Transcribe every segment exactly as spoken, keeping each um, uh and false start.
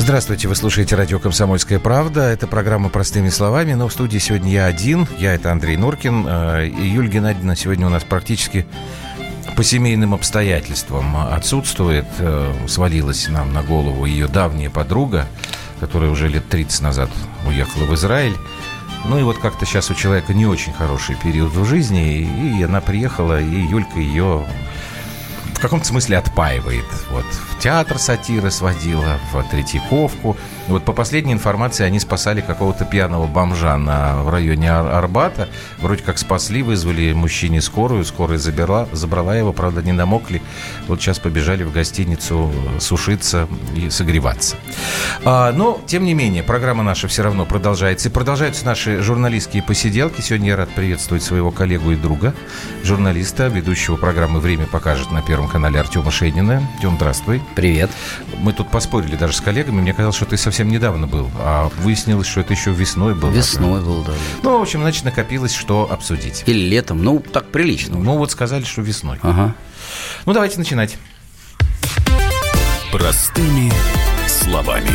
Здравствуйте, вы слушаете радио «Комсомольская правда». Это программа «Простыми словами», но в студии сегодня я один. Я — это Андрей Норкин. И Юлия Геннадьевна сегодня у нас практически по семейным обстоятельствам отсутствует. Свалилась нам на голову ее давняя подруга, которая уже лет тридцать назад уехала в Израиль. Ну и вот как-то сейчас у человека не очень хороший период в жизни, и она приехала, и Юлька ее в каком-то смысле отпаивает. Вот в театр сатиры сводила, в Третьяковку. Вот по последней информации они спасали какого-то пьяного бомжа на, в районе Ар- Арбата. Вроде как спасли, вызвали мужчине скорую. Скорая забрала, забрала его, правда, не намокли. Вот сейчас побежали в гостиницу сушиться и согреваться. А, но, тем не менее, программа наша все равно продолжается. И продолжаются наши журналистские посиделки. Сегодня я рад приветствовать своего коллегу и друга, журналиста, ведущего программы «Время покажет» на Первом канале Артема Шейнина. Тем, здравствуй. Привет. Мы тут поспорили даже с коллегами. Мне казалось, что ты совсем недавно был, а выяснилось, что это еще весной было. Весной был, да. Ну, в общем, значит, накопилось, что обсудить. Или летом, ну, так прилично. Ну, вот сказали, что весной. Ага. Ну, давайте начинать. Простыми словами.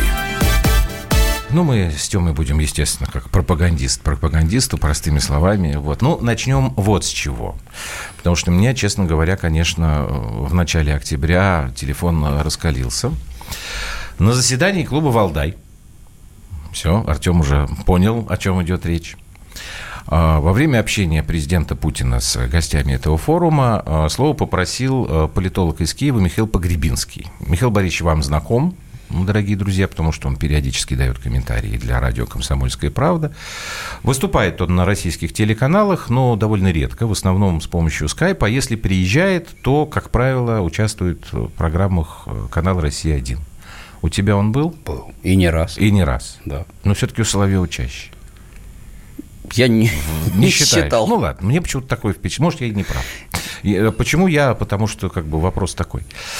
Ну, мы с Тёмой будем, естественно, как пропагандист, пропагандисту, простыми словами. Вот. Ну, начнем вот с чего. Потому что у меня, честно говоря, конечно, в начале октября телефон раскалился. На заседании клуба «Валдай». Все, Артем уже понял, о чем идет речь. Во время общения президента Путина с гостями этого форума слово попросил политолог из Киева Михаил Погребинский. Михаил Борисович вам знаком, дорогие друзья, потому что он периодически дает комментарии для радио «Комсомольская правда». Выступает он на российских телеканалах, но довольно редко, в основном с помощью скайпа. А если приезжает, то, как правило, участвует в программах канала «Россия-один». У тебя он был? Был. И не раз. И не раз. Да. Но все-таки у Соловьева чаще. Я не, не, не считал. Ну ладно, мне почему-то такое впечатление. Может, я и не прав. И, почему я? Потому что как бы вопрос такой.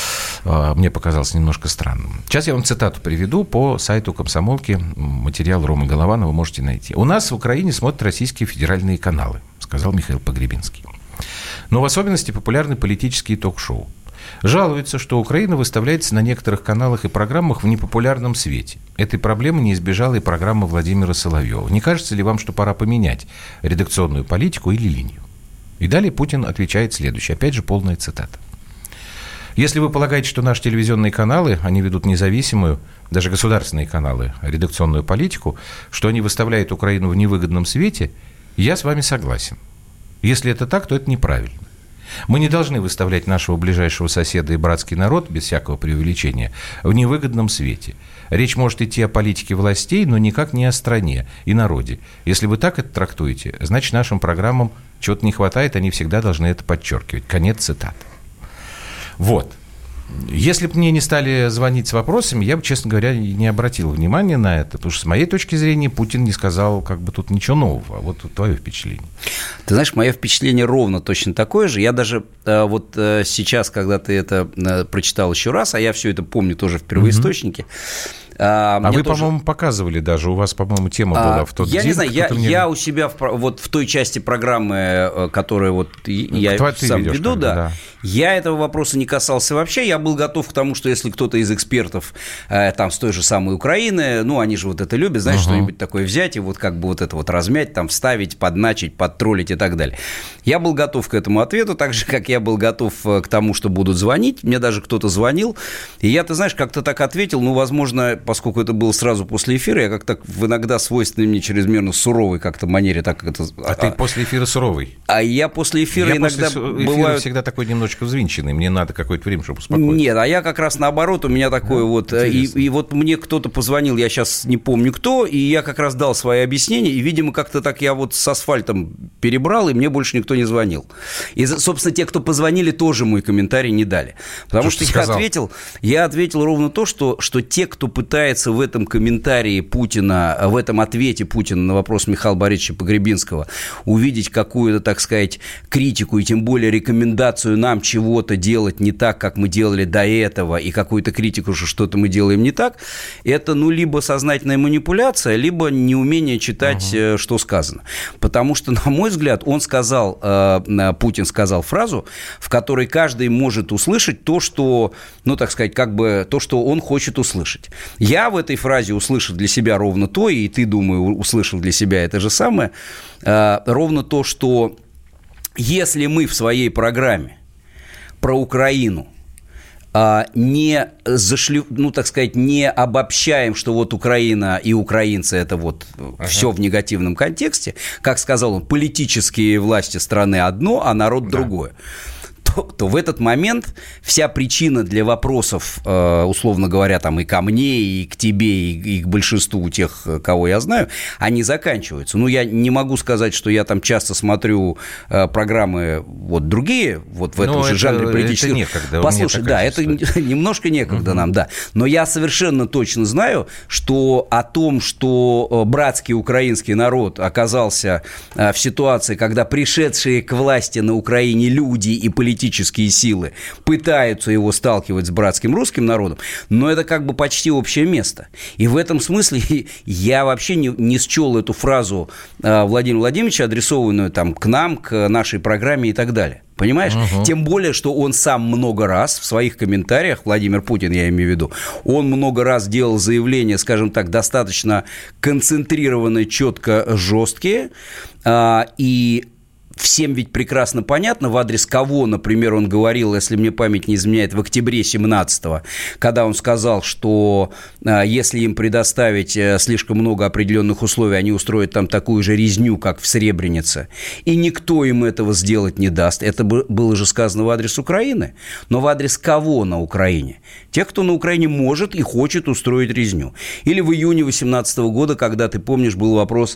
Мне показался немножко странным. Сейчас я вам цитату приведу по сайту «Комсомолки». Материал Ромы Голованова можете найти. «У нас в Украине смотрят российские федеральные каналы», сказал Михаил Погребинский. «Но в особенности популярны политические ток-шоу. Жалуются, что Украина выставляется на некоторых каналах и программах в непопулярном свете. Этой проблемы не избежала и программа Владимира Соловьева. Не кажется ли вам, что пора поменять редакционную политику или линию?» И далее Путин отвечает следующее. Опять же, полная цитата. «Если вы полагаете, что наши телевизионные каналы, они ведут независимую, даже государственные каналы, редакционную политику, что они выставляют Украину в невыгодном свете, я с вами согласен. Если это так, то это неправильно. Мы не должны выставлять нашего ближайшего соседа и братский народ, без всякого преувеличения, в невыгодном свете. Речь может идти о политике властей, но никак не о стране и народе. Если вы так это трактуете, значит, нашим программам чего-то не хватает, они всегда должны это подчеркивать». Конец цитаты. Вот. Если бы мне не стали звонить с вопросами, я бы, честно говоря, не обратил внимания на это, потому что с моей точки зрения Путин не сказал как бы тут ничего нового. Вот твое впечатление. Ты знаешь, мое впечатление ровно точно такое же. Я даже вот сейчас, когда ты это прочитал еще раз, а я все это помню тоже в первоисточнике, mm-hmm. А, а вы, тоже... по-моему, показывали даже, у вас, по-моему, тема была а, в тот я день. Не знаю, я, мне... я у себя в, вот в той части программы, которая вот я Кто сам ведешь, веду, да, да, я этого вопроса не касался вообще. Я был готов к тому, что если кто-то из экспертов э, там с той же самой Украины, ну, они же вот это любят, знаешь, uh-huh. что-нибудь такое взять и вот как бы вот это вот размять, там, вставить, подначить, подтроллить и так далее. Я был готов к этому ответу, так же, как я был готов к тому, что будут звонить. Мне даже кто-то звонил, и я, ты знаешь, как-то так ответил, ну, возможно, поскольку это было сразу после эфира, я как-то в иногда свойственной мне чрезмерно суровой как-то манере так это... А, а ты после эфира суровый? А я после эфира я иногда после эфира бываю... всегда такой немножечко взвинченный, мне надо какое-то время, чтобы успокоиться. Нет, а я как раз наоборот, у меня такое да, вот... И, и вот мне кто-то позвонил, я сейчас не помню кто, и я как раз дал свои объяснения, и, видимо, как-то так я вот с асфальтом перебрал, и мне больше никто не звонил. И, собственно, те, кто позвонили, тоже мой комментарий не дали. Потому что, что я ответил, я ответил ровно то, что, что те, кто пытается в этом комментарии Путина, в этом ответе Путина на вопрос Михаила Борисовича Погребинского увидеть какую-то, так сказать, критику и тем более рекомендацию нам чего-то делать не так, как мы делали до этого, и какую-то критику, что что-то мы делаем не так, это, ну, либо сознательная манипуляция, либо неумение читать, uh-huh. что сказано. Потому что, на мой взгляд, он сказал, Путин сказал фразу, в которой каждый может услышать то, что, ну, так сказать, как бы то, что он хочет услышать. Я в этой фразе услышал для себя ровно то, и ты, думаю, услышал для себя это же самое, ровно то, что если мы в своей программе про Украину не зашли, ну, так сказать, не обобщаем, что вот Украина и украинцы – это вот ага. все в негативном контексте, как сказал он, политические власти страны одно, а народ да. другое. То, то в этот момент вся причина для вопросов, э, условно говоря, там и ко мне, и к тебе, и, и к большинству тех, кого я знаю, они заканчиваются. Ну, я не могу сказать, что я там часто смотрю э, программы вот другие, вот в этом ну, же это, жанре политических. Это некогда. Послушай, да, это немножко некогда угу. нам, да. Но я совершенно точно знаю, что о том, что братский украинский народ оказался э, в ситуации, когда пришедшие к власти на Украине люди и политические политические силы пытаются его сталкивать с братским русским народом, но это как бы почти общее место. И в этом смысле я вообще не, не счел эту фразу э, Владимира Владимировича, адресованную там, к нам, к нашей программе и так далее. Понимаешь? Угу. Тем более, что он сам много раз в своих комментариях, Владимир Путин, я имею в виду, он много раз делал заявления, скажем так, достаточно концентрированные, четко жесткие, э, и всем ведь прекрасно понятно, в адрес кого, например, он говорил, если мне память не изменяет, в октябре семнадцатого, когда он сказал, что э, если им предоставить э, слишком много определенных условий, они устроят там такую же резню, как в Сребренице, и никто им этого сделать не даст. Это было же сказано в адрес Украины, но в адрес кого на Украине? Тех, кто на Украине может и хочет устроить резню. Или в июне восемнадцатого года, когда, ты помнишь, был вопрос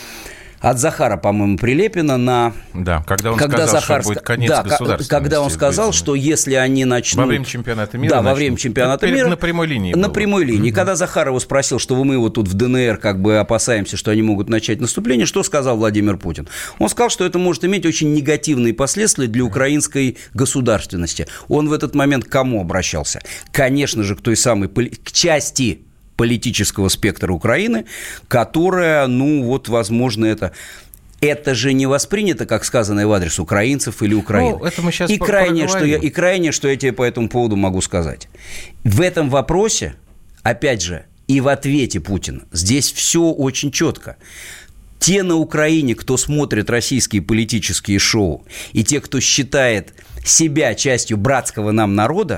от Захара, по-моему, Прилепина на... Да, когда он когда сказал, Захар... что будет конец да, государственности. Когда он сказал, что если они начнут... Во время чемпионата мира? Да, начнут. во время чемпионата мира. На прямой линии. На было. прямой линии. Угу. Когда Захар его спросил, что мы вот тут в ДНР как бы опасаемся, что они могут начать наступление, что сказал Владимир Путин? Он сказал, что это может иметь очень негативные последствия для украинской государственности. Он в этот момент к кому обращался? Конечно же, к той самой... к части политического спектра Украины, которая, ну вот, возможно, это... Это же не воспринято, как сказано в адрес украинцев или Украины. Ну, это мы сейчас и, крайнее, что я, и крайнее, что я тебе по этому поводу могу сказать. В этом вопросе, опять же, и в ответе Путина, здесь все очень четко. Те на Украине, кто смотрит российские политические шоу, и те, кто считает себя частью братского нам народа,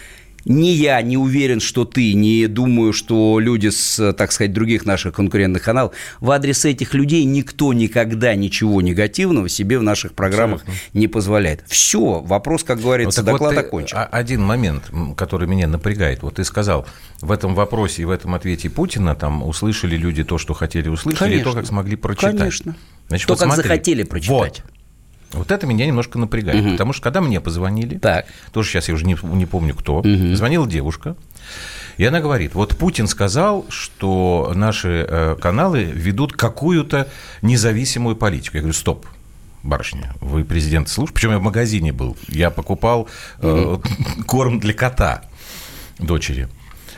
ни я не уверен, что ты, не думаю, что люди с, так сказать, других наших конкурентных каналов, в адрес этих людей никто никогда ничего негативного себе в наших программах Абсолютно. Не позволяет. Все, вопрос, как говорится, вот, доклад вот окончен. Один момент, который меня напрягает. Вот ты сказал, в этом вопросе и в этом ответе Путина там услышали люди то, что хотели услышать, Конечно. Или то, как смогли прочитать. Конечно. Значит, то, вот как смотри. захотели прочитать. Вот. Вот это меня немножко напрягает, угу. потому что когда мне позвонили, так. тоже сейчас я уже не, не помню кто, угу. звонила девушка, и она говорит, вот Путин сказал, что наши э, каналы ведут какую-то независимую политику. Я говорю, стоп, барышня, вы президента слушаете? Причем я в магазине был, я покупал э, угу. корм для кота дочери.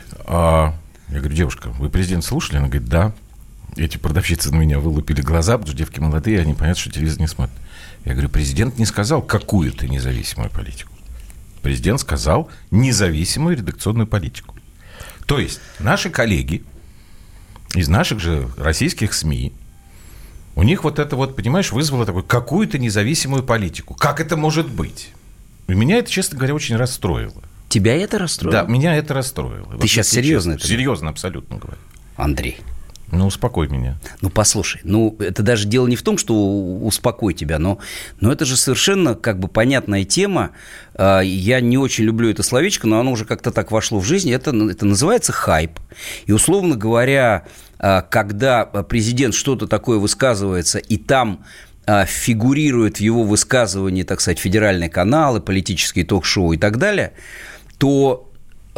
А, я говорю, девушка, вы президента слушали? Она говорит, да. Эти продавщицы на меня вылупили глаза, потому что девки молодые, они понятно, что телевизор не смотрят. Я говорю, президент не сказал какую-то независимую политику. Президент сказал независимую редакционную политику. То есть наши коллеги из наших же российских СМИ, у них вот это вот, понимаешь, вызвало такую какую-то независимую политику. Как это может быть? И меня это, честно говоря, очень расстроило. Тебя это расстроило? Да, меня это расстроило. Ты вот сейчас серьезно? Это серьезно, абсолютно говорю. Андрей. Ну, успокой меня. Ну, послушай, ну, это даже дело не в том, что успокой тебя, но, но это же совершенно, как бы, понятная тема. Я не очень люблю это словечко, но оно уже как-то так вошло в жизнь. Это, это называется хайп. И, условно говоря, когда президент что-то такое высказывается, и там фигурируют в его высказывании, так сказать, федеральные каналы, политические ток-шоу и так далее, то...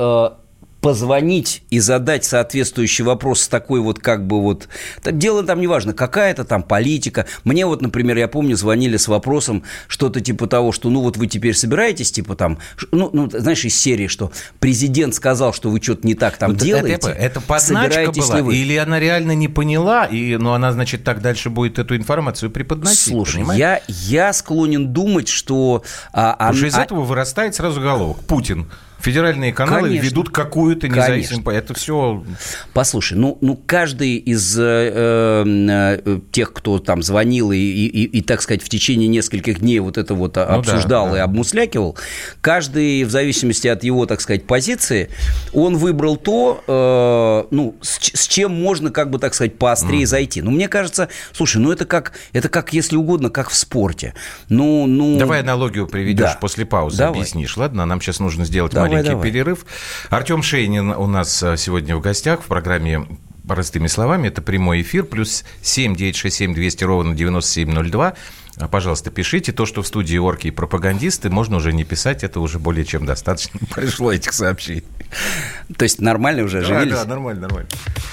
позвонить и задать соответствующий вопрос с такой вот как бы вот... Дело там неважно, какая-то там политика. Мне вот, например, я помню, звонили с вопросом что-то типа того, что ну вот вы теперь собираетесь, типа там... Ну, ну знаешь, из серии, что президент сказал, что вы что-то не так там вот делаете. Это, это подначка была? Или она реально не поняла, и, ну, она, значит, так дальше будет эту информацию преподносить? Слушай, я, я склонен думать, что... А, Потому а, что из а... этого вырастает сразу заголовок. Путин федеральные каналы Конечно. ведут какую-то независимую... Это все... Послушай, ну, ну каждый из э, э, тех, кто там звонил и, и, и, и, так сказать, в течение нескольких дней вот это вот ну, обсуждал да, да. и обмуслякивал, каждый в зависимости от его, так сказать, позиции, он выбрал то, э, ну, с, с чем можно, как бы, так сказать, поострее mm. зайти. Ну, мне кажется, слушай, ну, это как, это как, если угодно, как в спорте. Ну, ну... Давай аналогию приведешь да. после паузы, Давай. объяснишь, ладно? Нам сейчас нужно сделать давай, маленький давай. перерыв. Артем Шейнин у нас сегодня в гостях в программе «Простыми словами». Это прямой эфир. Плюс семь девятьсот шестьдесят семь двести ровно девяносто семь ноль два. Пожалуйста, пишите. То, что в студии орки и пропагандисты, можно уже не писать. Это уже более чем достаточно. Пришло этих сообщений. То есть нормально уже оживились? Да, да, нормально, нормально.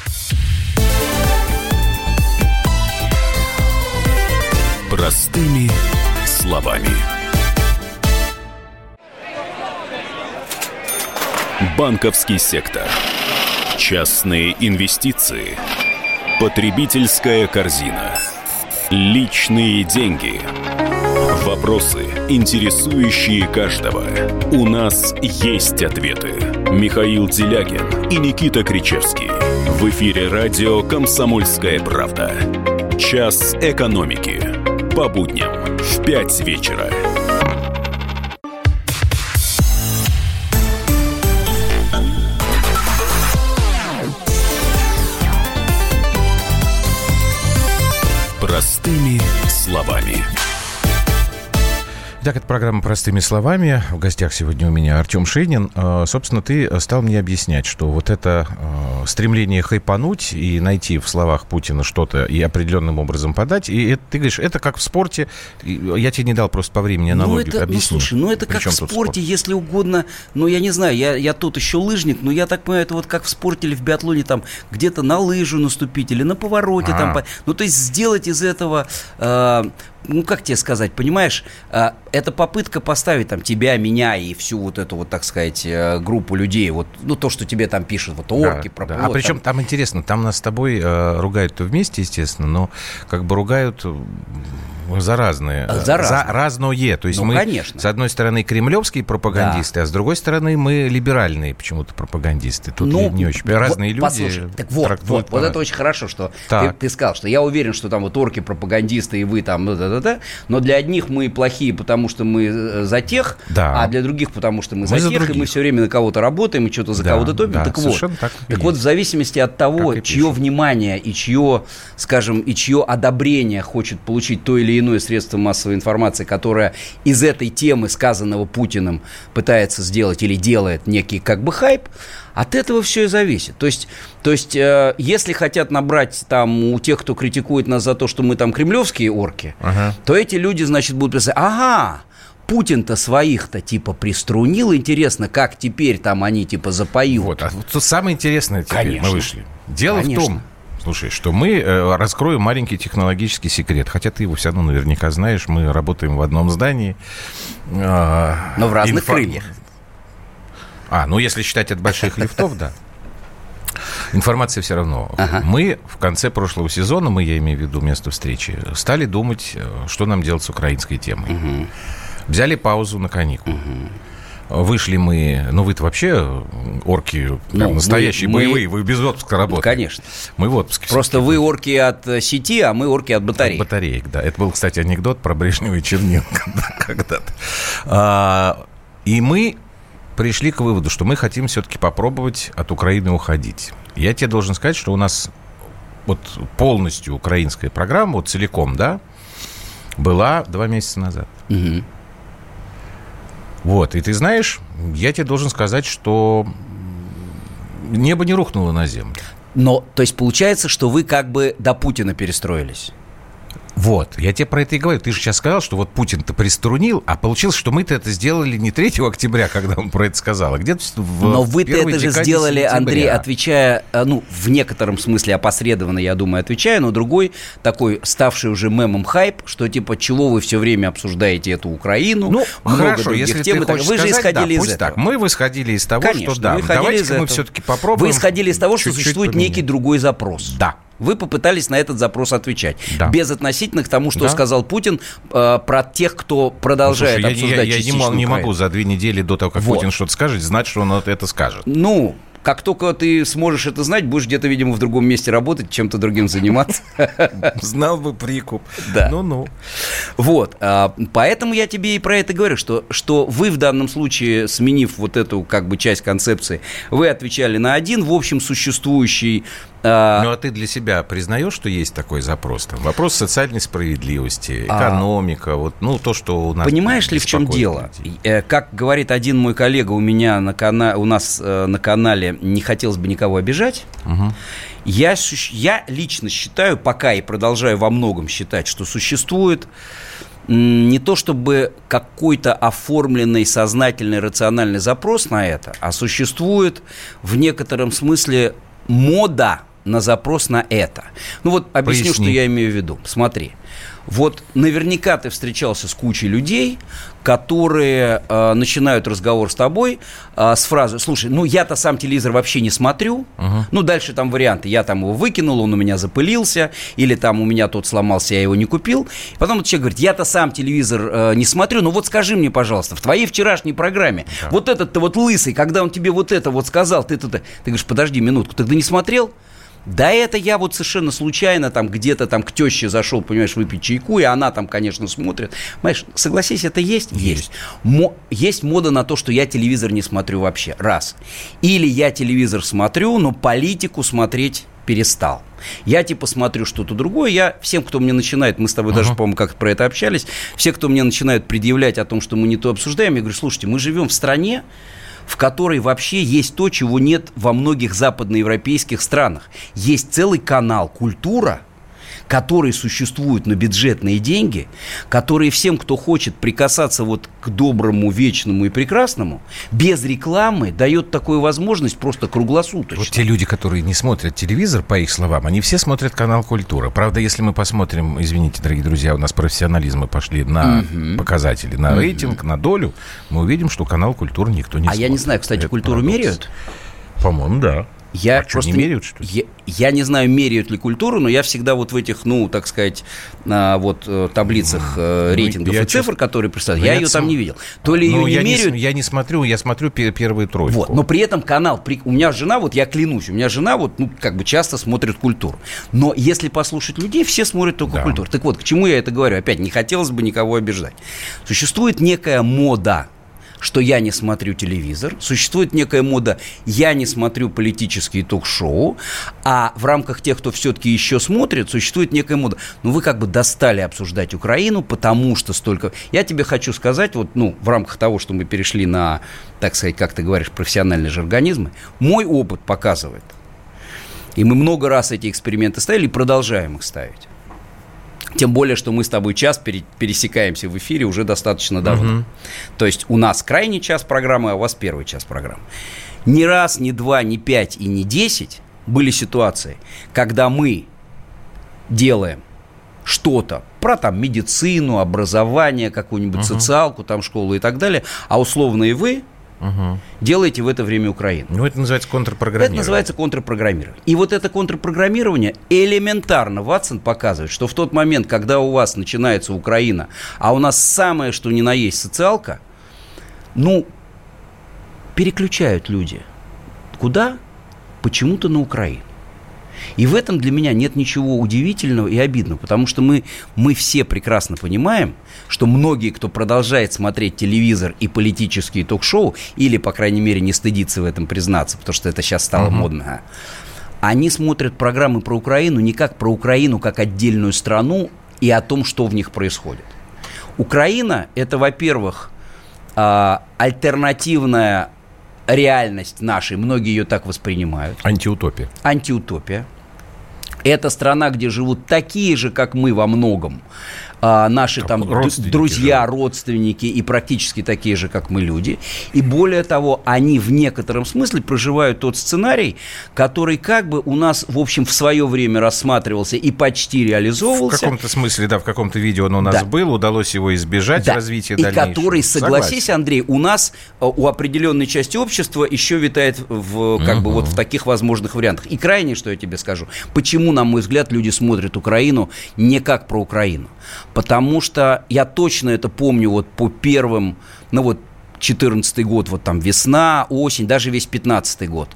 Простыми словами. Банковский сектор. Частные инвестиции. Потребительская корзина. Личные деньги. Вопросы, интересующие каждого. У нас есть ответы. Михаил Делягин и Никита Кричевский. В эфире радио «Комсомольская правда». Час экономики. По будням в пять вечера. Простыми словами. Итак, это программа «Простыми словами». В гостях сегодня у меня Артем Шейнин. Собственно, ты стал мне объяснять, что вот это стремление хайпануть и найти в словах Путина что-то и определенным образом подать, и это, ты говоришь, это как в спорте. Я тебе не дал просто по времени аналогию. Ну, это, объясни. Ну, слушай, ну это как в спорте, спорт? Если угодно. Ну, я не знаю, я, я тут еще лыжник, но я так понимаю, это вот как в спорте или в биатлоне, там, где-то на лыжу наступить или на повороте. Там, ну, то есть сделать из этого... Э, ну, как тебе сказать, понимаешь, э, это попытка поставить там тебя, меня и всю вот эту вот, так сказать, э, группу людей, вот, ну, то, что тебе там пишут, вот орки, да, про да. плод, А причем там... там интересно, там нас с тобой э, ругают-то вместе, естественно, но как бы ругают... За разные. За, разные. За разное. То есть ну, мы, конечно. С одной стороны, кремлевские пропагандисты, да. а с другой стороны, мы либеральные почему-то пропагандисты. Тут ну, не очень. Разные вот, люди. Послушай, так вот, вот, вот это очень хорошо, что ты, ты сказал, что я уверен, что там вот орки, пропагандисты и вы там, да-да-да, но для одних мы плохие, потому что мы за тех, да. а для других, потому что мы, мы за, за тех, других. И мы все время на кого-то работаем, и что-то за да, кого-то топим. Да, так вот, так, так вот, в зависимости от того, чье внимание и чье, скажем, и чье одобрение хочет получить то или иное средство массовой информации, которое из этой темы, сказанного Путиным, пытается сделать или делает некий как бы хайп, от этого все и зависит. То есть, то есть э, если хотят набрать там у тех, кто критикует нас за то, что мы там кремлевские орки, ага. то эти люди, значит, будут писать, ага, Путин-то своих-то типа приструнил, интересно, как теперь там они типа запоют. Вот, а тут самое интересное теперь Конечно. Мы вышли. Дело Конечно. в том, слушай, что мы э, раскроем маленький технологический секрет. Хотя ты его все равно наверняка знаешь. Мы работаем в одном здании. Э, Но в разных инфо... крыльях. А, ну если считать от больших лифтов, да. Информация все равно. Ага. Мы в конце прошлого сезона, мы, я имею в виду место встречи, стали думать, что нам делать с украинской темой. Угу. Взяли паузу на каникулы. Угу. Вышли мы, ну вы-то вообще орки ну, настоящие мы, боевые, мы... вы без отпуска работаете. Ну, конечно. Мы в отпуске. Просто вы орки от сети, а мы орки от батареек. От батареек, да. Это был, кстати, анекдот про Брежнева и Черненко когда-то. А, и мы пришли к выводу, что мы хотим все-таки попробовать от Украины уходить. Я тебе должен сказать, что у нас вот полностью украинская программа, вот целиком, да, была два месяца назад. Угу. Вот, и ты знаешь, я тебе должен сказать, что небо не рухнуло на землю. Но, то есть, получается, что вы как бы до Путина перестроились? Вот, я тебе про это и говорю. Ты же сейчас сказал, что вот Путин-то приструнил, а получилось, что мы-то это сделали не третьего октября, когда он про это сказал, а где-то в Но вы-то это же сделали, сентября. Андрей, отвечая, ну, в некотором смысле опосредованно, я думаю, отвечая, но другой такой, ставший уже мемом хайп, что типа, чего вы все время обсуждаете эту Украину, ну, много хорошо, других если тем. Ты хочешь вы сказать, же исходили да, из этого. Так. Мы исходили из того, Конечно, что да, давайте-ка мы все-таки попробуем. Вы исходили из того, что существует поменять. некий другой запрос. Да. Вы попытались на этот запрос отвечать. Да. Безотносительно к тому, что да. сказал Путин э, про тех, кто продолжает ну, слушай, обсуждать я, я, частично я не, не Украину. могу за две недели до того, как вот. Путин что-то скажет, знать, что он вот это скажет. Ну... Как только ты сможешь это знать, будешь где-то, видимо, в другом месте работать, чем-то другим заниматься. Знал бы прикуп. Да. Ну-ну. Вот. Поэтому я тебе и про это говорю, что, что вы в данном случае, сменив вот эту как бы часть концепции, вы отвечали на один, в общем, существующий... А... Ну, а ты для себя признаешь, что есть такой запрос? Там, вопрос социальной справедливости, экономика, а... вот, ну, то, что у нас... Понимаешь ли, в чем дело? Людей. Как говорит один мой коллега у меня на кана... у нас на канале, не хотелось бы никого обижать, угу. я, я лично считаю, пока и продолжаю во многом считать, что существует не то чтобы какой-то оформленный, сознательный, рациональный запрос на это, а существует в некотором смысле мода на запрос на это. Ну вот объясню, Поясни. Что я имею в виду. Смотри, вот наверняка ты встречался с кучей людей, которые э, начинают разговор с тобой э, с фразой: слушай, ну я-то сам телевизор вообще не смотрю. Uh-huh. Ну дальше там варианты: я там его выкинул, он у меня запылился, или там у меня тот сломался, я его не купил. И потом вот человек говорит: я-то сам телевизор э, не смотрю, ну вот скажи мне, пожалуйста, в твоей вчерашней программе uh-huh. вот этот-то вот лысый, когда он тебе вот это вот сказал, ты тут, ты говоришь: подожди минутку, тогда не смотрел? Да это я вот совершенно случайно там где-то там к теще зашел, понимаешь, выпить чайку, и она там, конечно, смотрит. Понимаешь, согласись, это есть? Есть. Есть. Мо- есть мода на то, что я телевизор не смотрю вообще. Раз. Или я телевизор смотрю, но политику смотреть перестал. Я типа смотрю что-то другое. Я всем, кто мне начинает, мы с тобой uh-huh. даже, по-моему, как-то про это общались, все, кто мне начинают предъявлять о том, что мы не то обсуждаем, я говорю: слушайте, мы живем в стране, в которой вообще есть то, чего нет во многих западноевропейских странах. Есть целый канал «Культура», который существует на бюджетные деньги, который всем, кто хочет прикасаться вот к доброму, вечному и прекрасному, без рекламы дает такую возможность просто круглосуточно. Вот те люди, которые не смотрят телевизор, по их словам, они все смотрят канал «Культура». Правда, если мы посмотрим, извините, дорогие друзья, у нас профессионализмы пошли на uh-huh. показатели, на uh-huh. рейтинг, на долю, мы увидим, что канал «Культура» никто не а смотрит. А я не знаю, кстати, это «Культуру» парадокс. Меряют? По-моему, да. Я а просто что, не меряют, что ли? Я, я не знаю, меряют ли «Культуру», но я всегда вот в этих, ну, так сказать, а, вот таблицах а, рейтингов ну, и цифр, чувств... которые представляют, я, я ее там не видел. То ли ее не я меряют... Не, я не смотрю, я смотрю первые тройку. Вот, но при этом канал... При... У меня жена, вот я клянусь, у меня жена вот, ну, как бы часто смотрит «Культуру». Но если послушать людей, все смотрят только да. «Культуру». Так вот, к чему я это говорю? Опять, не хотелось бы никого обижать. Существует некая мода, что я не смотрю телевизор, существует некая мода «я не смотрю политические ток-шоу», а в рамках тех, кто все-таки еще смотрит, существует некая мода. Ну, вы как бы достали обсуждать Украину, потому что столько... Я тебе хочу сказать, вот, ну, в рамках того, что мы перешли на, так сказать, как ты говоришь, профессиональные же организмы, мой опыт показывает, и мы много раз эти эксперименты ставили и продолжаем их ставить. Тем более, что мы с тобой час пересекаемся в эфире уже достаточно давно. Uh-huh. То есть у нас крайний час программы, а у вас первый час программы. Ни раз, ни два, ни пять и ни десять были ситуации, когда мы делаем что-то про там медицину, образование, какую-нибудь uh-huh. социалку, там школу и так далее, а условные вы угу. делаете в это время Украину. Ну, это называется контрпрограммирование. Это называется контрпрограммирование. И вот это контрпрограммирование элементарно, Ватсон показывает, что в тот момент, когда у вас начинается Украина, а у нас самое, что ни на есть социалка, ну, переключают люди. Куда? Почему-то на Украину. И в этом для меня нет ничего удивительного и обидного, потому что мы, мы все прекрасно понимаем, что многие, кто продолжает смотреть телевизор и политические ток-шоу, или, по крайней мере, не стыдится в этом признаться, потому что это сейчас стало uh-huh. модно, они смотрят программы про Украину не как про Украину, как отдельную страну и о том, что в них происходит. Украина – это, во-первых, альтернативная реальность нашей, многие ее так воспринимают. Антиутопия. Антиутопия. Это страна, где живут такие же, как мы во многом, а, наши там родственники друзья, же. родственники и практически такие же, как мы, люди. И более того, они в некотором смысле проживают тот сценарий, который как бы у нас, в общем, в свое время рассматривался и почти реализовывался. В каком-то смысле, да, в каком-то видео он у нас да. был, удалось его избежать, да. развития и дальнейшего. И который, согласись, Согласен. Андрей, у нас, у определенной части общества еще витает в, как uh-huh. бы, вот в таких возможных вариантах. И крайне, что я тебе скажу, почему, на мой взгляд, люди смотрят Украину не как про Украину. Потому что я точно это помню вот по первым, ну вот, четырнадцатый год, вот там весна, осень, даже весь пятнадцатый год.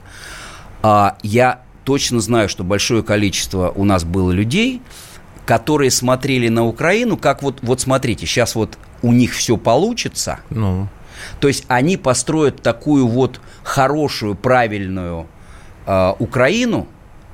А, я точно знаю, что большое количество у нас было людей, которые смотрели на Украину, как вот, вот смотрите, сейчас вот у них все получится. Ну. То есть они построят такую вот хорошую, правильную э, Украину,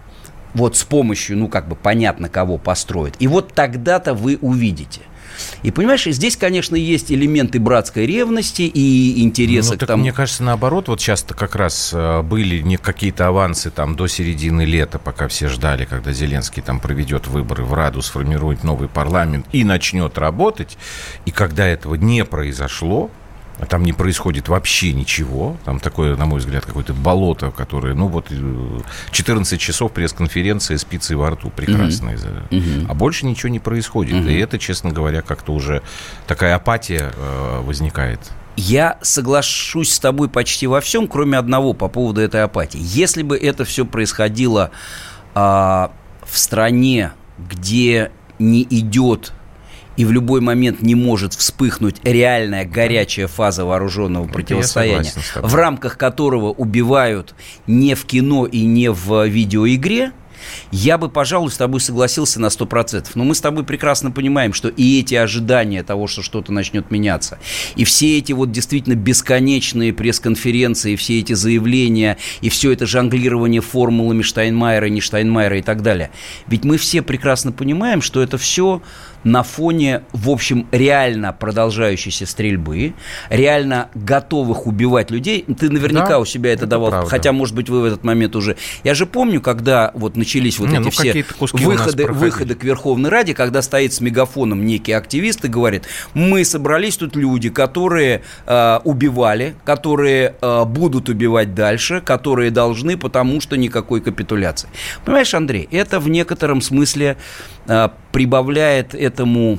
вот с помощью, ну, как бы понятно, кого построят. И вот тогда-то вы увидите. И, понимаешь, здесь, конечно, есть элементы братской ревности и интереса ну, к так, тому... Мне кажется, наоборот, вот часто как раз были не какие-то авансы там до середины лета, пока все ждали, когда Зеленский там проведет выборы в Раду, сформирует новый парламент и начнет работать. И когда этого не произошло, а там не происходит вообще ничего. Там такое, на мой взгляд, какое-то болото, которое, ну вот, четырнадцать часов пресс-конференция с пиццей во рту. Прекрасно. Mm-hmm. Mm-hmm. А больше ничего не происходит. Mm-hmm. И это, честно говоря, как-то уже такая апатия э, возникает. Я соглашусь с тобой почти во всем, кроме одного по поводу этой апатии. Если бы это все происходило э, в стране, где не идет и в любой момент не может вспыхнуть реальная горячая фаза вооруженного это противостояния, в рамках которого убивают не в кино и не в видеоигре, я бы, пожалуй, с тобой согласился на сто процентов. Но мы с тобой прекрасно понимаем, что и эти ожидания того, что что-то начнет меняться, и все эти вот действительно бесконечные пресс-конференции, все эти заявления, и все это жонглирование формулами Штайнмайера, не Штайнмайера и так далее. Ведь мы все прекрасно понимаем, что это все на фоне, в общем, реально продолжающейся стрельбы, реально готовых убивать людей. Ты наверняка да, у себя это, это давал, правда. Хотя, может быть, вы в этот момент уже... Я же помню, когда вот начались вот не, эти ну, все выходы, выходы к Верховной Раде, когда стоит с мегафоном некий активист и говорит, мы собрались тут люди, которые э, убивали, которые э, будут убивать дальше, которые должны, потому что никакой капитуляции. Понимаешь, Андрей, это в некотором смысле э, прибавляет этому,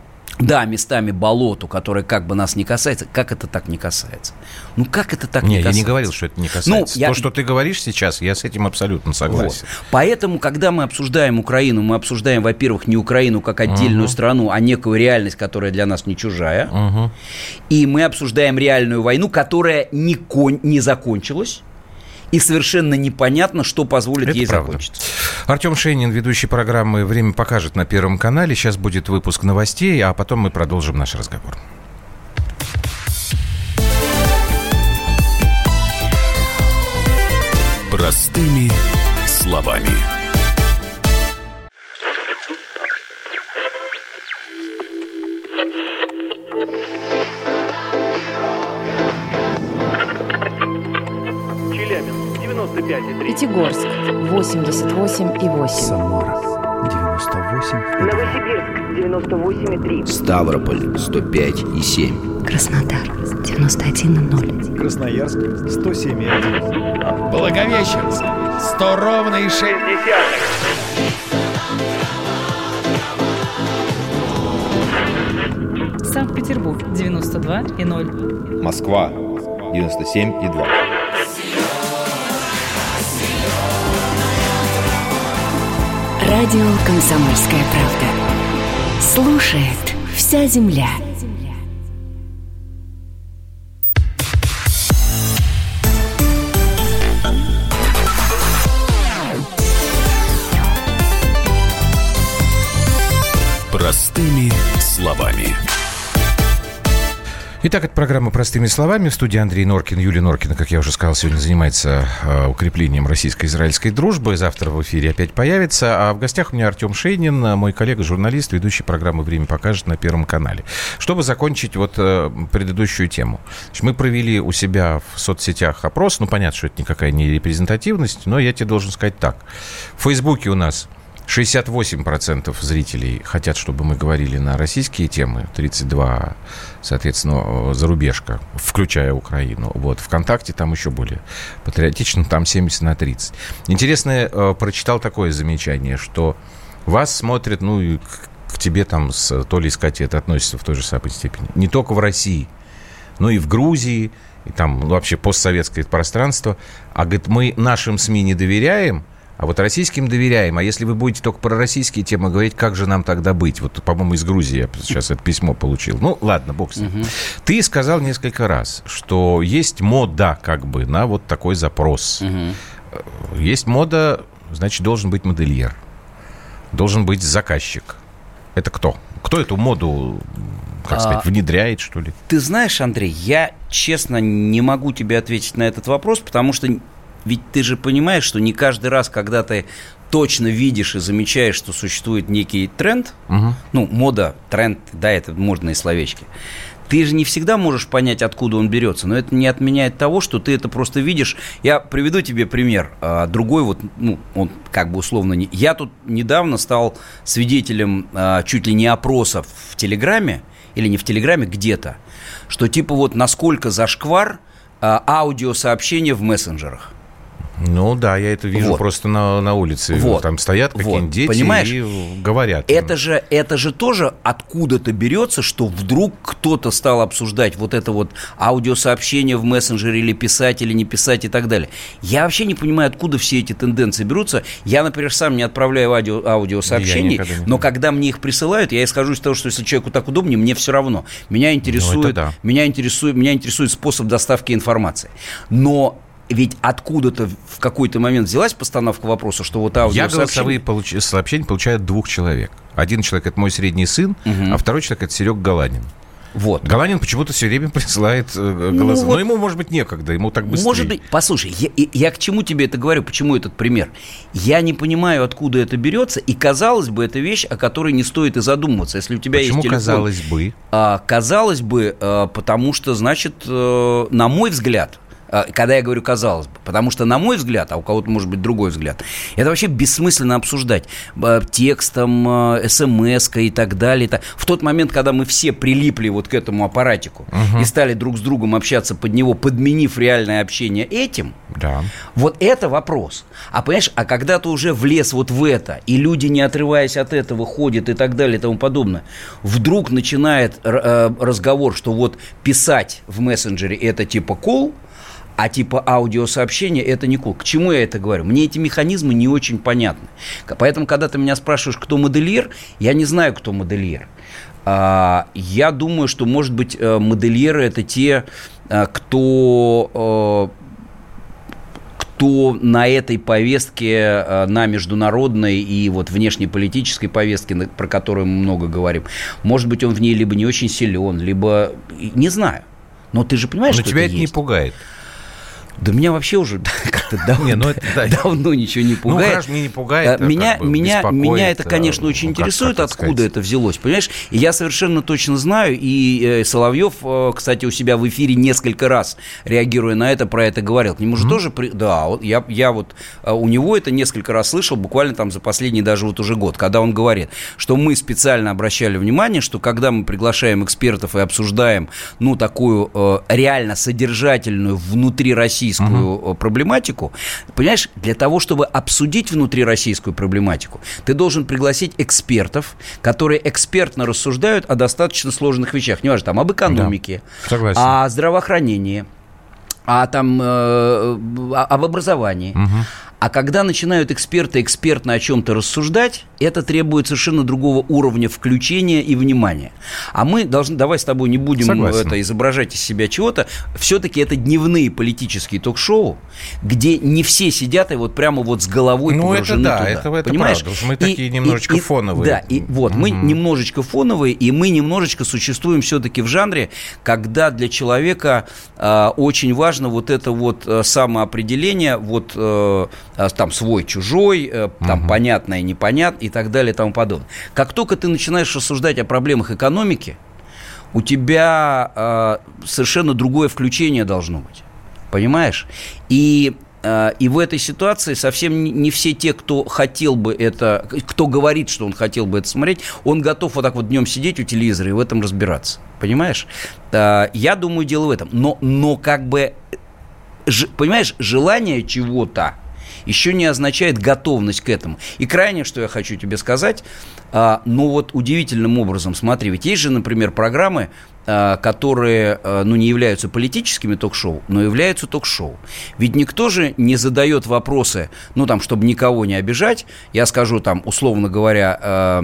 да, местами болоту, которое как бы нас не касается. Как это так не касается? Ну, как это так не, не касается? Я не говорил, что это не касается. Ну, я... То, что ты говоришь сейчас, я с этим абсолютно согласен. Вот. Поэтому, когда мы обсуждаем Украину, мы обсуждаем, во-первых, не Украину как отдельную uh-huh. страну, а некую реальность, которая для нас не чужая. Uh-huh. И мы обсуждаем реальную войну, которая не, кон... не закончилась. И совершенно непонятно, что позволит это ей правда. Закончиться. Артем Шейнин, ведущий программы «Время покажет» на Первом канале. Сейчас будет выпуск новостей, а потом мы продолжим наш разговор. Простыми словами. Пятигорск восемьдесят восемь и восемь. Самара девяносто восемь и два. Новосибирск девяносто восемь и три. Ставрополь сто пять и семь. Краснодар девяносто один и ноль. Красноярск сто семь и один. Благовещенск сто ровно и шесть десятых. Санкт-Петербург девяносто два и ноль. Москва девяносто семь и два. Радио «Комсомольская правда». Слушает вся земля. Простыми словами. Итак, это программа «Простыми словами». В студии Андрей Норкин. Юлия Норкина, как я уже сказал, сегодня занимается э, укреплением российско-израильской дружбы. Завтра в эфире опять появится. А в гостях у меня Артем Шейнин, мой коллега, журналист, ведущий программы «Время покажет» на Первом канале. Чтобы закончить вот э, предыдущую тему. Значит, мы провели у себя в соцсетях опрос. Ну, понятно, что это никакая не репрезентативность, но я тебе должен сказать так. В Фейсбуке у нас шестьдесят восемь процентов зрителей хотят, чтобы мы говорили на российские темы, тридцать два процента, соответственно, зарубежка, включая Украину. Вот. ВКонтакте там еще более патриотично, там семьдесят на тридцать. Интересно, прочитал такое замечание, что вас смотрят, ну, и к тебе там с Толей Скотти это относится в той же самой степени. Не только в России, но и в Грузии, и там ну, вообще постсоветское пространство. А, говорит, мы нашим СМИ не доверяем, а вот российским доверяем. А если вы будете только про российские темы говорить, как же нам тогда быть? Вот, по-моему, из Грузии я сейчас это письмо получил. Ну, ладно, бог с ним. Угу. Ты сказал несколько раз, что есть мода как бы на вот такой запрос. Угу. Есть мода, значит, должен быть модельер. Должен быть заказчик. Это кто? Кто эту моду, как сказать, внедряет, что ли? Ты знаешь, Андрей, я, честно, не могу тебе ответить на этот вопрос, потому что ведь ты же понимаешь, что не каждый раз, когда ты точно видишь и замечаешь, что существует некий тренд, угу. ну, мода, тренд, да, это модные словечки, ты же не всегда можешь понять, откуда он берется, но это не отменяет того, что ты это просто видишь. Я приведу тебе пример. А, другой вот, ну, он как бы условно... Не... Я тут недавно стал свидетелем а, чуть ли не опроса в Телеграме, или не в Телеграме, где-то, что типа вот насколько зашквар а, аудиосообщения в мессенджерах. Ну да, я это вижу вот. Просто на, на улице. Вот. Там стоят какие-нибудь вот. Дети Понимаешь? И говорят. Это же, это же тоже откуда-то берется, что вдруг кто-то стал обсуждать вот это вот аудиосообщение в мессенджере, или писать, или не писать и так далее. Я вообще не понимаю, откуда все эти тенденции берутся. Я, например, сам не отправляю аудио, аудиосообщений, но когда мне их присылают, я исхожу из того, что если человеку так удобнее, мне все равно. Меня интересует, ну, да. меня интересует, меня интересует способ доставки информации. Но ведь откуда-то в какой-то момент взялась постановка вопроса, что вот аудиосообщения... Я голосовые получ... сообщения получаю от двух человек. Один человек – это мой средний сын, угу. а второй человек – это Серега Галанин. Вот. Галанин почему-то все время присылает э, голоса. Ну, вот, но ему, может быть, некогда, ему так быстрее. Может быть, послушай, я, я к чему тебе это говорю, почему этот пример? Я не понимаю, откуда это берется, и, казалось бы, это вещь, о которой не стоит и задумываться. Если у тебя почему есть телефон... казалось бы? А, казалось бы, а, потому что, значит, а, на мой взгляд... Когда я говорю «казалось бы», потому что, на мой взгляд, а у кого-то может быть другой взгляд, это вообще бессмысленно обсуждать текстом, смс-кой и так далее. В тот момент, когда мы все прилипли вот к этому аппаратику угу. и стали друг с другом общаться под него, подменив реальное общение этим, да. вот это вопрос. А понимаешь, а когда ты уже влез вот в это, и люди, не отрываясь от этого, ходят и так далее и тому подобное, вдруг начинает разговор, что вот писать в мессенджере – это типа кол, а типа аудиосообщения – это не кул. К чему я это говорю? Мне эти механизмы не очень понятны. Поэтому, когда ты меня спрашиваешь, кто модельер, я не знаю, кто модельер. Я думаю, что, может быть, модельеры – это те, кто... кто на этой повестке, на международной и вот внешнеполитической повестке, про которую мы много говорим, может быть, он в ней либо не очень силен, либо... Не знаю. Но ты же понимаешь, Но что тебя это это есть. Не пугает. Да меня вообще уже как-то давно, не, ну это, да. давно ничего не пугает. Ну, хорошо, меня не пугает. Меня, как бы меня, меня это, конечно, а, очень ну, интересует, как, как откуда сказать. это взялось, понимаешь? И я совершенно точно знаю, и Соловьев, кстати, у себя в эфире несколько раз, реагируя на это, про это говорил. К нему же mm-hmm. тоже... При... Да, я, я вот у него это несколько раз слышал, буквально там за последний даже вот уже год, когда он говорит, что мы специально обращали внимание, что когда мы приглашаем экспертов и обсуждаем, ну, такую э, реально содержательную внутрироссийскую mm-hmm. проблематику, понимаешь, для того, чтобы обсудить внутрироссийскую проблематику, ты должен пригласить экспертов, которые экспертно рассуждают о достаточно сложных вещах, неважно, там, об экономике, да, о здравоохранении, о, там, э, об образовании. Угу. А когда начинают эксперты экспертно о чем-то рассуждать, это требует совершенно другого уровня включения и внимания. А мы должны, давай с тобой не будем это, изображать из себя чего-то, все-таки это дневные политические ток-шоу, где не все сидят и вот прямо вот с головой ну, погружены это да, туда. Это, это понимаешь? Правда, мы и, такие немножечко и, фоновые. Да, и вот, угу. мы немножечко фоновые, и мы немножечко существуем все-таки в жанре, когда для человека э, очень важно вот это вот э, самоопределение, вот... Э, там свой-чужой, там угу. понятное, непонятное и так далее и тому подобное. Как только ты начинаешь рассуждать о проблемах экономики, у тебя э, совершенно другое включение должно быть. Понимаешь? И И в этой ситуации совсем не все те, кто хотел бы это, кто говорит, что он хотел бы это смотреть, он готов вот так вот днем сидеть у телевизора и в этом разбираться. Понимаешь? Я думаю, дело в этом. Но, но как бы, понимаешь, желание чего-то еще не означает готовность к этому. И крайнее, что я хочу тебе сказать, ну вот удивительным образом, смотри, ведь есть же, например, программы, которые, ну, не являются политическими ток-шоу, но являются ток-шоу. Ведь никто же не задает вопросы, ну, там, чтобы никого не обижать, я скажу, там, условно говоря,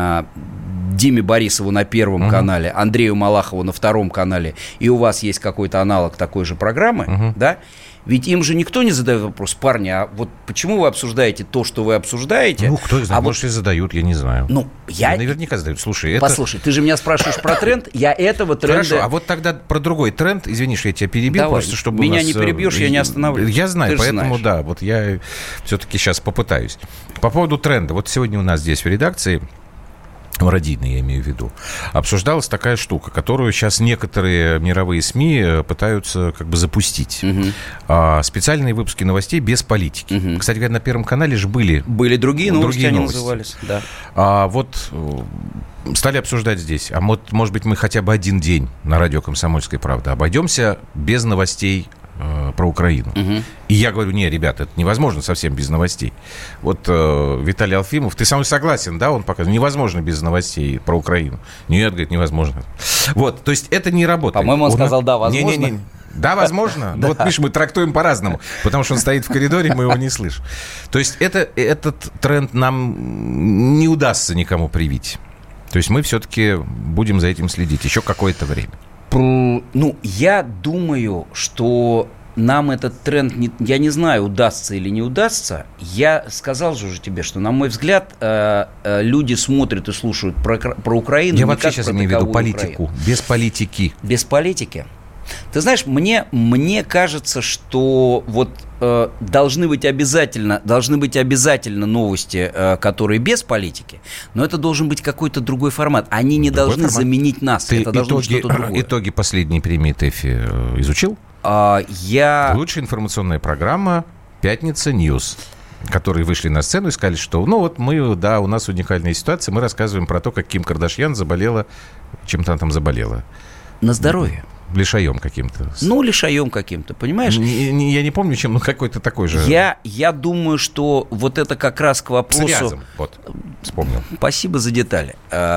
Диме Борисову на Первом uh-huh. канале, Андрею Малахову на Втором канале, и у вас есть какой-то аналог такой же программы, uh-huh. да, ведь им же никто не задает вопрос: парни, а вот почему вы обсуждаете то, что вы обсуждаете? Ну, кто их знает, а может, вот... и задают, я не знаю. Ну, я... Наверняка задают. Слушай, это... Послушай, ты же меня спрашиваешь про тренд, я этого тренда... Хорошо, а вот тогда про другой тренд, извини, что я тебя перебил, Давай. Просто чтобы меня нас... не перебьешь, я не остановлю. Я знаю, ты поэтому, знаешь. да, вот я все-таки сейчас попытаюсь. По поводу тренда. Вот сегодня у нас здесь в редакции, в радийной, я имею в виду, обсуждалась такая штука, которую сейчас некоторые мировые СМИ пытаются как бы запустить. Угу. А, специальные выпуски новостей без политики. Угу. Кстати говоря, на Первом канале же были... Были другие новости, другие они новости. назывались. Да. А вот стали обсуждать здесь. А вот, может быть, мы хотя бы один день на радио «Комсомольская правда» обойдемся без новостей про Украину. Угу. И я говорю: не, ребята, это невозможно совсем без новостей. Вот э, Виталий Алфимов, ты со мной согласен, да, он показывает, невозможно без новостей про Украину. Нет, говорит, невозможно. Вот, то есть это не работает. По-моему, он, он сказал, да, возможно. Не, не, не. Да, возможно. Но вот, видишь, мы трактуем по-разному, потому что он стоит в коридоре, мы его не слышим. То есть это, этот тренд нам не удастся никому привить. То есть мы все-таки будем за этим следить еще какое-то время. Ну, я думаю, что нам этот тренд, не, я не знаю, удастся или не удастся. Я сказал же уже тебе, что, на мой взгляд, э, э, люди смотрят и слушают про, про Украину. Я вообще сейчас имею в виду политику, Украину. Без политики. Без политики. Ты знаешь, мне, мне кажется, что вот э, должны быть обязательно, должны быть обязательно новости, э, которые без политики, но это должен быть какой-то другой формат. Они не другой должны формат. Заменить нас. Ты это должно итоги, быть что-то другое. Итоги последней премии ТЭФИ изучил? А, я... Лучшая информационная программа «Пятница Ньюс», которые вышли на сцену и сказали, что, ну вот мы, да, у нас уникальная ситуация, мы рассказываем про то, как Ким Кардашьян заболела, чем-то она там заболела. На здоровье. Лишаем каким-то. Ну, лишаем каким-то, понимаешь? Не, не, я не помню, чем, но какой-то такой же. Я, я думаю, что вот это как раз к вопросу... Псориазом, вот, вспомнил. Спасибо за детали.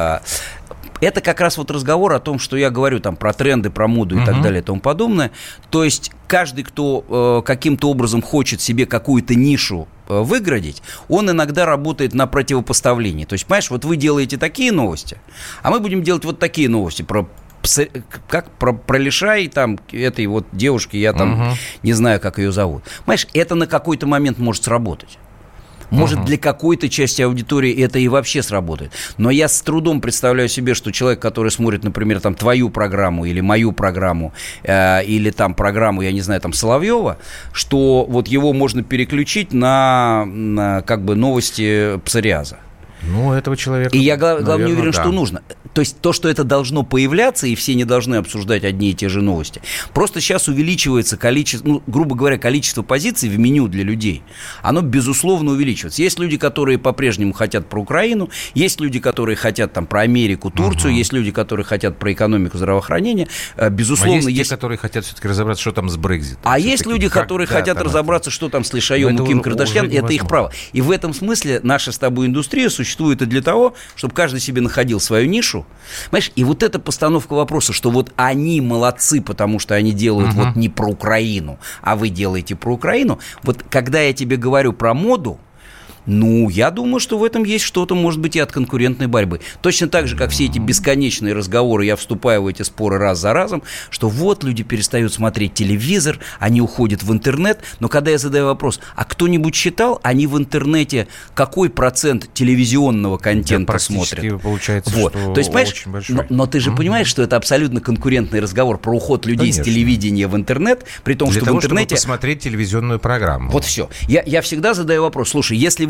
Это как раз вот разговор о том, что я говорю там про тренды, про моду и uh-huh. так далее и тому подобное. То есть каждый, кто каким-то образом хочет себе какую-то нишу выградить, он иногда работает на противопоставлении. То есть, понимаешь, вот вы делаете такие новости, а мы будем делать вот такие новости про... Как про, про лишай там этой вот девушки, я там uh-huh. не знаю, как ее зовут. Понимаешь, это на какой-то момент может сработать. Может, uh-huh. для какой-то части аудитории это и вообще сработает. Но я с трудом представляю себе, что человек, который смотрит, например, там, твою программу или мою программу, э, или там программу, я не знаю, там, Соловьева, что вот его можно переключить на, на как бы новости псориаза. Ну, этого человека... И я, главное, наверное, не уверен, да. что нужно. То есть то, что это должно появляться, и все не должны обсуждать одни и те же новости. Просто сейчас увеличивается количество, ну, грубо говоря, количество позиций в меню для людей. Оно, безусловно, увеличивается. Есть люди, которые по-прежнему хотят про Украину, есть люди, которые хотят там про Америку, Турцию, угу. есть люди, которые хотят про экономику, здравоохранение. Безусловно, а есть, есть те, которые хотят все-таки разобраться, что там с Брекситом. А есть люди, как, которые да, хотят разобраться, это... что там с Лишаем и Ким Кардашьян. Это их право. И в этом смысле наша с тобой индустрия существует и для того, чтобы каждый себе находил свою нишу. Понимаешь, и вот эта постановка вопроса, что вот они молодцы, потому что они делают uh-huh. вот не про Украину, а вы делаете про Украину. Вот когда я тебе говорю про моду, ну, я думаю, что в этом есть что-то, может быть, и от конкурентной борьбы. Точно так же, как все эти бесконечные разговоры, я вступаю в эти споры раз за разом, что вот люди перестают смотреть телевизор, они уходят в интернет. Но когда я задаю вопрос, а кто-нибудь считал, они в интернете какой процент телевизионного контента да, смотрят? Получается, вот. что То есть, понимаешь, очень большой. Но, но ты же mm-hmm. понимаешь, что это абсолютно конкурентный разговор про уход людей Конечно. С телевидения в интернет, при том, Для что того, в интернете... чтобы посмотреть телевизионную программу. Вот все. Я, я всегда задаю вопрос, слушай, если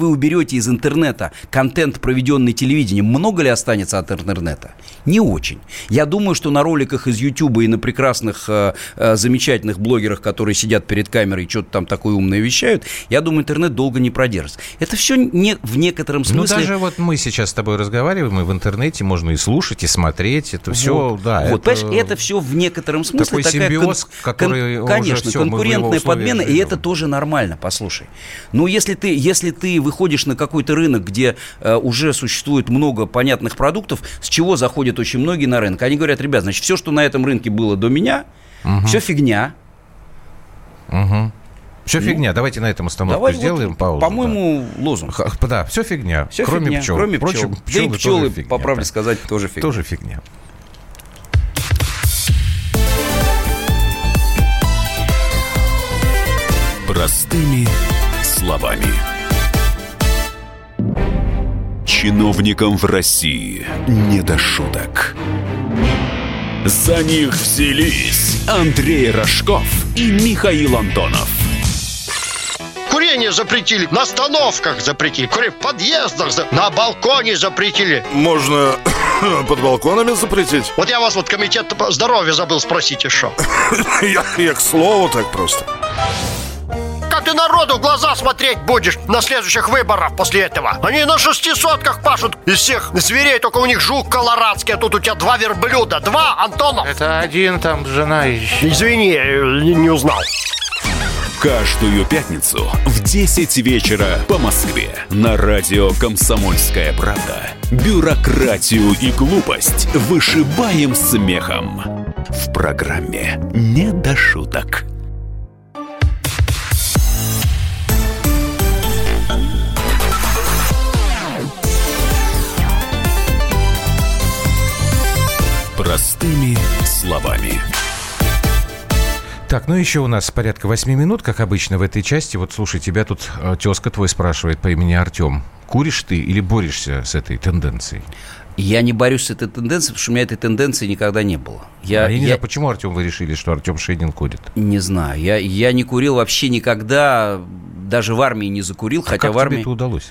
вы уберете из интернета контент, проведенный телевидением, много ли останется от интернета? Не очень. Я думаю, что на роликах из Ютуба и на прекрасных, э, э, замечательных блогерах, которые сидят перед камерой и что-то там такое умное вещают, я думаю, интернет долго не продержится. Это все не, в некотором смысле... Ну, даже вот мы сейчас с тобой разговариваем, и в интернете можно и слушать, и смотреть. Это все, вот, да. Вот, это... понимаешь, это все в некотором смысле такой такая симбиоз, кон... который кон... Конечно, уже конкурентная все, подмена, и это тоже нормально, послушай. Ну, если ты, если ты выходишь на какой-то рынок, где э, уже существует много понятных продуктов, с чего заходят очень многие на рынок, они говорят: ребят, значит, все, что на этом рынке было до меня, угу. все фигня. Угу. Все ну, фигня. Давайте на этом остановку сделаем, вот, паузу. По-моему, да. лозунг. Х, да, все фигня. Все кроме фигня, пчел. Кроме Впрочем, пчел. Да и пчелы, фигня, по правде да. сказать, тоже фигня. Тоже фигня. Простыми словами. Чиновникам в России не до шуток. За них взялись Андрей Рожков и Михаил Антонов. Курение запретили, на остановках запретили, курение в подъездах, на балконе запретили. Можно под балконами запретить? Вот я вас вот комитет здоровья забыл спросить еще. я, я к слову так просто. Как ты народу в глаза смотреть будешь на следующих выборах после этого? Они на шестисотках пашут из всех зверей, только у них жук колорадский, а тут у тебя два верблюда. Два, Антонов? Это один, там жена еще. Извини, не, не узнал. Каждую пятницу в десять вечера по Москве на радио «Комсомольская правда» бюрократию и глупость вышибаем смехом. В программе «Не до шуток». Простыми словами. Так, ну еще у нас порядка восьми минут, как обычно в этой части. Вот, слушай, тебя тут э, тезка твой спрашивает по имени Артем. Куришь ты или борешься с этой тенденцией? Я не борюсь с этой тенденцией, потому что у меня этой тенденции никогда не было. Я, а я не я... знаю, почему, Артем, вы решили, что Артем Шейнин курит? Не знаю. Я, я не курил вообще никогда, даже в армии не закурил, а хотя как в армии... тебе это удалось?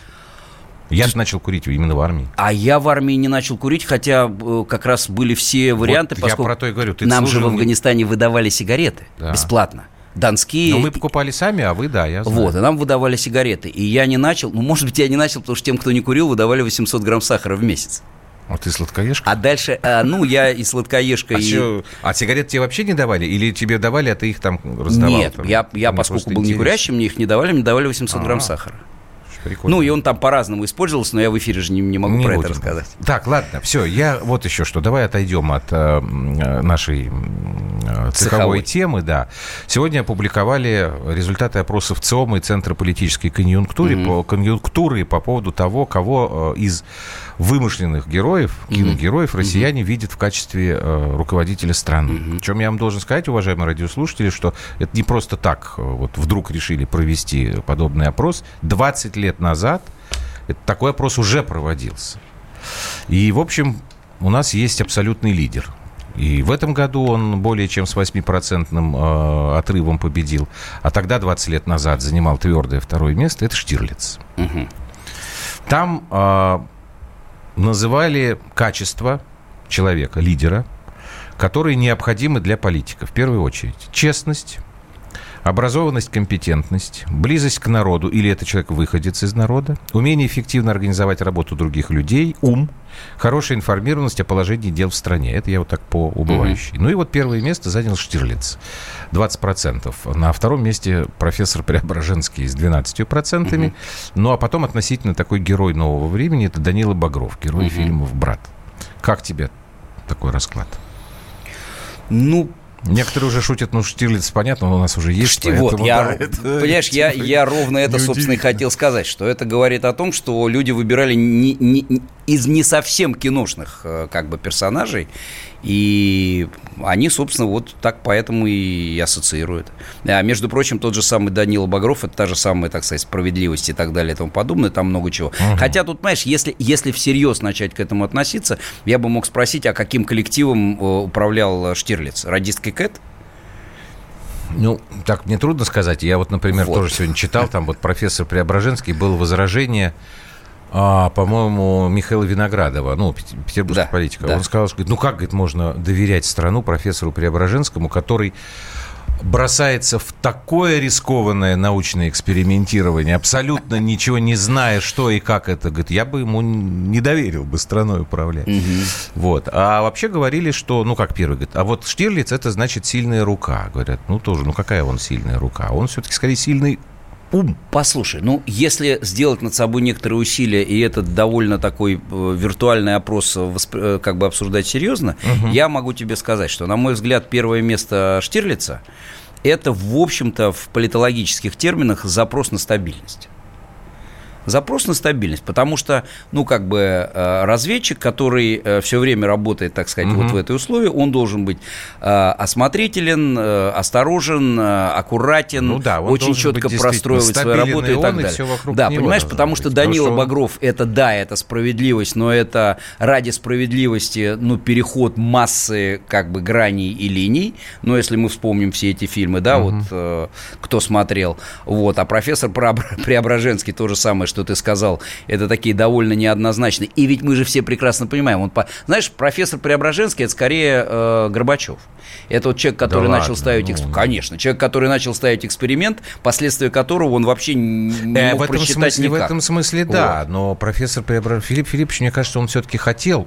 Я же начал курить именно в армии. А я в армии не начал курить, хотя э, как раз были все варианты, вот поскольку я про то и говорю. Ты нам служил... же в Афганистане выдавали сигареты да. бесплатно. Донские. Но мы покупали сами, а вы, да, я знаю. Вот, и нам выдавали сигареты. И я не начал, ну, может быть, я не начал, потому что тем, кто не курил, выдавали восемьсот грамм сахара в месяц. А ты сладкоежка? А дальше, а, ну, я и сладкоежка, а и... Что, а сигарет тебе вообще не давали? Или тебе давали, а ты их там раздавал? Нет, там? я, я поскольку был не курящим, мне их не давали, мне давали восемьсот А-а-а. грамм сахара. Прикольно. Ну, и он там по-разному использовался, но я в эфире же не, не могу не про будем. это рассказать. Так, ладно, все, я вот еще что. Давай отойдем от э, нашей э, цеховой, цеховой темы, да. Сегодня опубликовали результаты опросов ЦИОМа и Центра политической конъюнктуры, mm-hmm. по, конъюнктуры по поводу того, кого э, из вымышленных героев, киногероев, mm-hmm. россияне mm-hmm. видят в качестве э, руководителя страны. Mm-hmm. Причем я вам должен сказать, уважаемые радиослушатели, что это не просто так вот вдруг решили провести подобный опрос. двадцать лет назад такой опрос уже проводился. И, в общем, у нас есть абсолютный лидер. И в этом году он более чем с восьмипроцентным э, отрывом победил. А тогда, двадцать лет назад, занимал твердое второе место. Это Штирлиц. Угу. Там э, называли качества человека, лидера, которые необходимы для политика. В первую очередь честность, образованность, компетентность, близость к народу, или это человек выходец из народа, умение эффективно организовать работу других людей, ум, хорошая информированность о положении дел в стране. Это я вот так по убывающей. Mm-hmm. Ну и вот первое место занял Штирлиц, двадцать процентов. На втором месте профессор Преображенский с двенадцатью процентами. Mm-hmm. Ну а потом относительно такой герой нового времени, это Данила Багров, герой mm-hmm. фильмов «Брат». Как тебе такой расклад? Ну, некоторые уже шутят, ну, Штирлиц, понятно, он у нас уже есть. Шти, вот, я, да, это, понимаешь, это, я, я ровно это, собственно, и хотел сказать, что это говорит о том, что люди выбирали не, не, из не совсем киношных как бы персонажей, и они, собственно, вот так поэтому и ассоциируют. А, между прочим, тот же самый Данила Багров, это та же самая, так сказать, справедливость и так далее и тому подобное, там много чего. Угу. Хотя тут, понимаешь, если, если всерьез начать к этому относиться, я бы мог спросить, а каким коллективом управлял Штирлиц? Радистский Кэт? Ну, так мне трудно сказать. Я вот, например, вот. тоже сегодня читал, там вот профессор Преображенский, было возражение, а, по-моему, Михаила Виноградова, ну, петербургского да, политика. Да. Он сказал, что, ну, как, говорит, можно доверять страну профессору Преображенскому, который бросается в такое рискованное научное экспериментирование, абсолютно ничего не зная, что и как это. Говорит, я бы ему не доверил бы страной управлять. Угу. Вот. А вообще говорили, что, ну, как первый, говорит, а вот Штирлиц, это значит сильная рука. Говорят, ну, тоже, ну, какая он сильная рука? Он все-таки, скорее, сильный ум. Послушай, ну, если сделать над собой некоторые усилия, и этот довольно такой э, виртуальный опрос восп... э, как бы обсуждать серьезно, угу. я могу тебе сказать, что, на мой взгляд, первое место Штирлица – это, в общем-то, в политологических терминах запрос на стабильность. Запрос на стабильность, потому что, ну, как бы разведчик, который все время работает, так сказать, угу. вот в этой условии, он должен быть осмотрителен, осторожен, аккуратен, ну, да, очень четко простроивать свою работу и так далее. И да, понимаешь, потому что Данила потому что Багров, он... это, да, это справедливость, но это ради справедливости, ну, переход массы, как бы, граней и линий, ну, если мы вспомним все эти фильмы, да, угу. вот, кто смотрел, вот, а профессор Преображенский то же самое, что ты сказал, это такие довольно неоднозначные. И ведь мы же все прекрасно понимаем. Он по... Знаешь, профессор Преображенский – это скорее э, Горбачев. Это вот человек, который да начал ладно, ставить... Ну, эксп... Конечно, человек, который начал ставить эксперимент, последствия которого он вообще не э, мог в просчитать смысле, никак. В этом смысле, да. Вот. Но профессор Преображенский... Филипп Филиппович, мне кажется, он все-таки хотел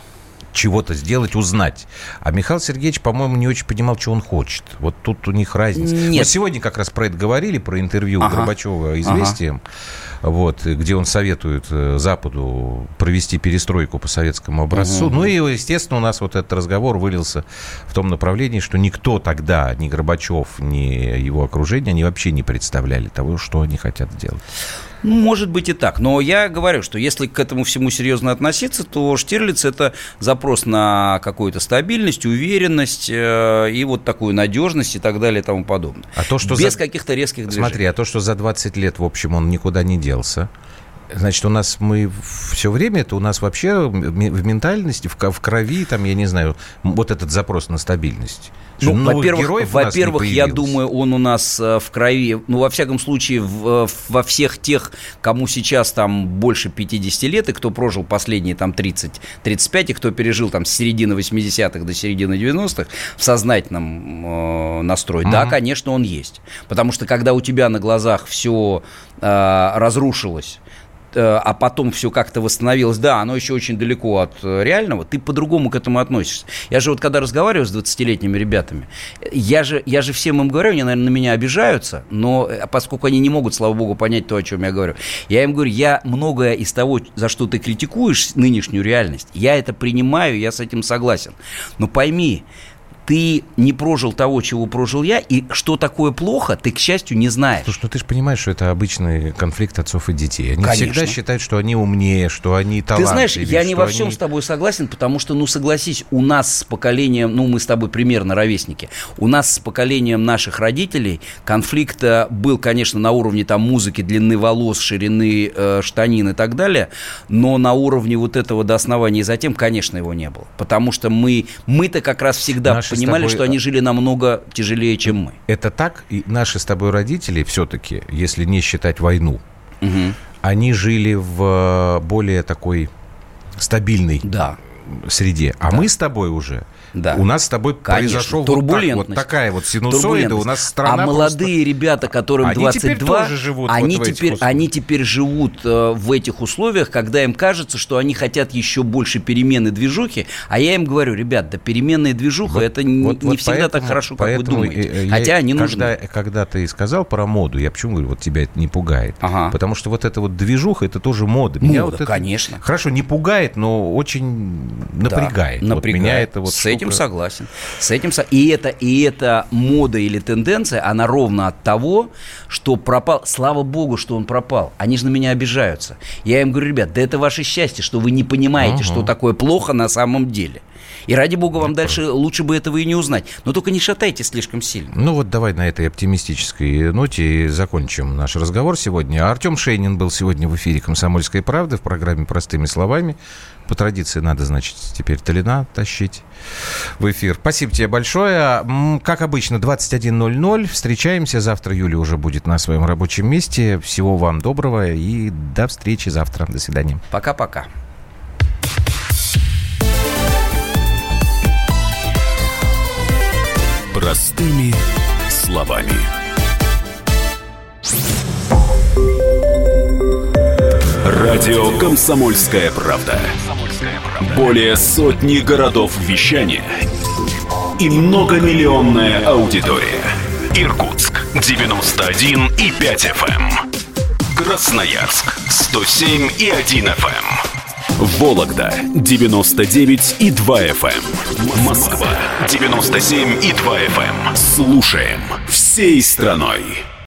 чего-то сделать, узнать. А Михаил Сергеевич, по-моему, не очень понимал, что он хочет. Вот тут у них разница. Нет. Мы сегодня как раз про это говорили, про интервью ага. Горбачева «Известиям», ага. вот, где он советует Западу провести перестройку по советскому образцу. Ага. Ну и, естественно, у нас вот этот разговор вылился в том направлении, что никто тогда, ни Горбачев, ни его окружение, они вообще не представляли того, что они хотят сделать. Ну, может быть и так. Но я говорю, что если к этому всему серьезно относиться, то Штирлиц – это запрос на какую-то стабильность, уверенность э, и вот такую надежность и так далее и тому подобное. А то, что без за... каких-то резких движений. Смотри, а то, что за двадцать лет, в общем, он никуда не делся, значит, у нас мы все время, это у нас вообще в ментальности, в крови, там, я не знаю, вот этот запрос на стабильность. Ну, во-первых, во-первых я думаю, он у нас в крови, ну, во всяком случае, в, во всех тех, кому сейчас там больше пятьдесят лет, и кто прожил последние там тридцать тридцать пять, и кто пережил там с середины восьмидесятых до середины девяностых в сознательном э, настрое, mm-hmm. да, конечно, он есть. Потому что когда у тебя на глазах все э, разрушилось, а потом все как-то восстановилось, да, оно еще очень далеко от реального, ты по-другому к этому относишься. Я же вот когда разговариваю с двадцатилетними ребятами, я же, я же всем им говорю, они, наверное, на меня обижаются, но поскольку они не могут, слава богу, понять то, о чем я говорю, я им говорю, я многое из того, за что ты критикуешь нынешнюю реальность, я это принимаю, я с этим согласен. Но пойми, ты не прожил того, чего прожил я, и что такое плохо, ты, к счастью, не знаешь. Слушай, ну ты же понимаешь, что это обычный конфликт отцов и детей. Они Конечно. всегда считают, что они умнее, что они талантливее. Ты знаешь, я не во всем они... с тобой согласен, потому что, ну, согласись, у нас с поколением, ну, мы с тобой примерно ровесники, у нас с поколением наших родителей конфликт был, конечно, на уровне там музыки, длины волос, ширины э, штанин и так далее, но на уровне вот этого до основания и затем, конечно, его не было. Потому что мы, мы-то как раз всегда... Наши понимали, тобой... что они жили намного тяжелее, чем мы. Это так, и наши с тобой родители все-таки, если не считать войну, угу. они жили в более такой стабильной да. среде. А да. мы с тобой уже... Да. У нас с тобой Конечно, произошел вот, так, вот такая вот синусоида, у нас страна. А молодые просто... ребята, которым они двадцать два, теперь живут они, вот теперь, они теперь живут э, в этих условиях, когда им кажется, что они хотят еще больше перемены движухи, а я им говорю, ребят, да переменная движуха, вот, это вот, не, вот не всегда поэтому, так хорошо, как вы думаете. Я, Хотя они когда, нужны. Когда ты сказал про моду, я почему говорю, вот тебя это не пугает? Ага. Потому что вот эта вот движуха, это тоже мода. Меня мода, вот конечно. Это, хорошо, не пугает, но очень напрягает. Да, напрягает. Вот меня это вот С штука... этим согласен. С этим, и, это, и эта мода или тенденция, она ровно от того, что пропал. Слава богу, что он пропал. Они же на меня обижаются. Я им говорю, ребят, да это ваше счастье, что вы не понимаете, uh-huh. что такое плохо на самом деле. И ради бога, вам дальше лучше бы этого и не узнать. Но только не шатайте слишком сильно. Ну вот давай на этой оптимистической ноте закончим наш разговор сегодня. Артем Шейнин был сегодня в эфире «Комсомольской правды» в программе «Простыми словами». По традиции надо, значит, теперь Толина тащить в эфир. Спасибо тебе большое. Как обычно, двадцать один ноль ноль. Встречаемся. Завтра Юля уже будет на своем рабочем месте. Всего вам доброго и до встречи завтра. До свидания. Пока-пока. Простыми словами. Радио «Комсомольская правда». Более сотни городов вещания и многомиллионная аудитория. Иркутск девяносто один и пять эф эм, Красноярск сто семь и один эф эм, Вологда девяносто девять и два эф эм, Москва девяносто семь и два эф эм. Слушаем всей страной.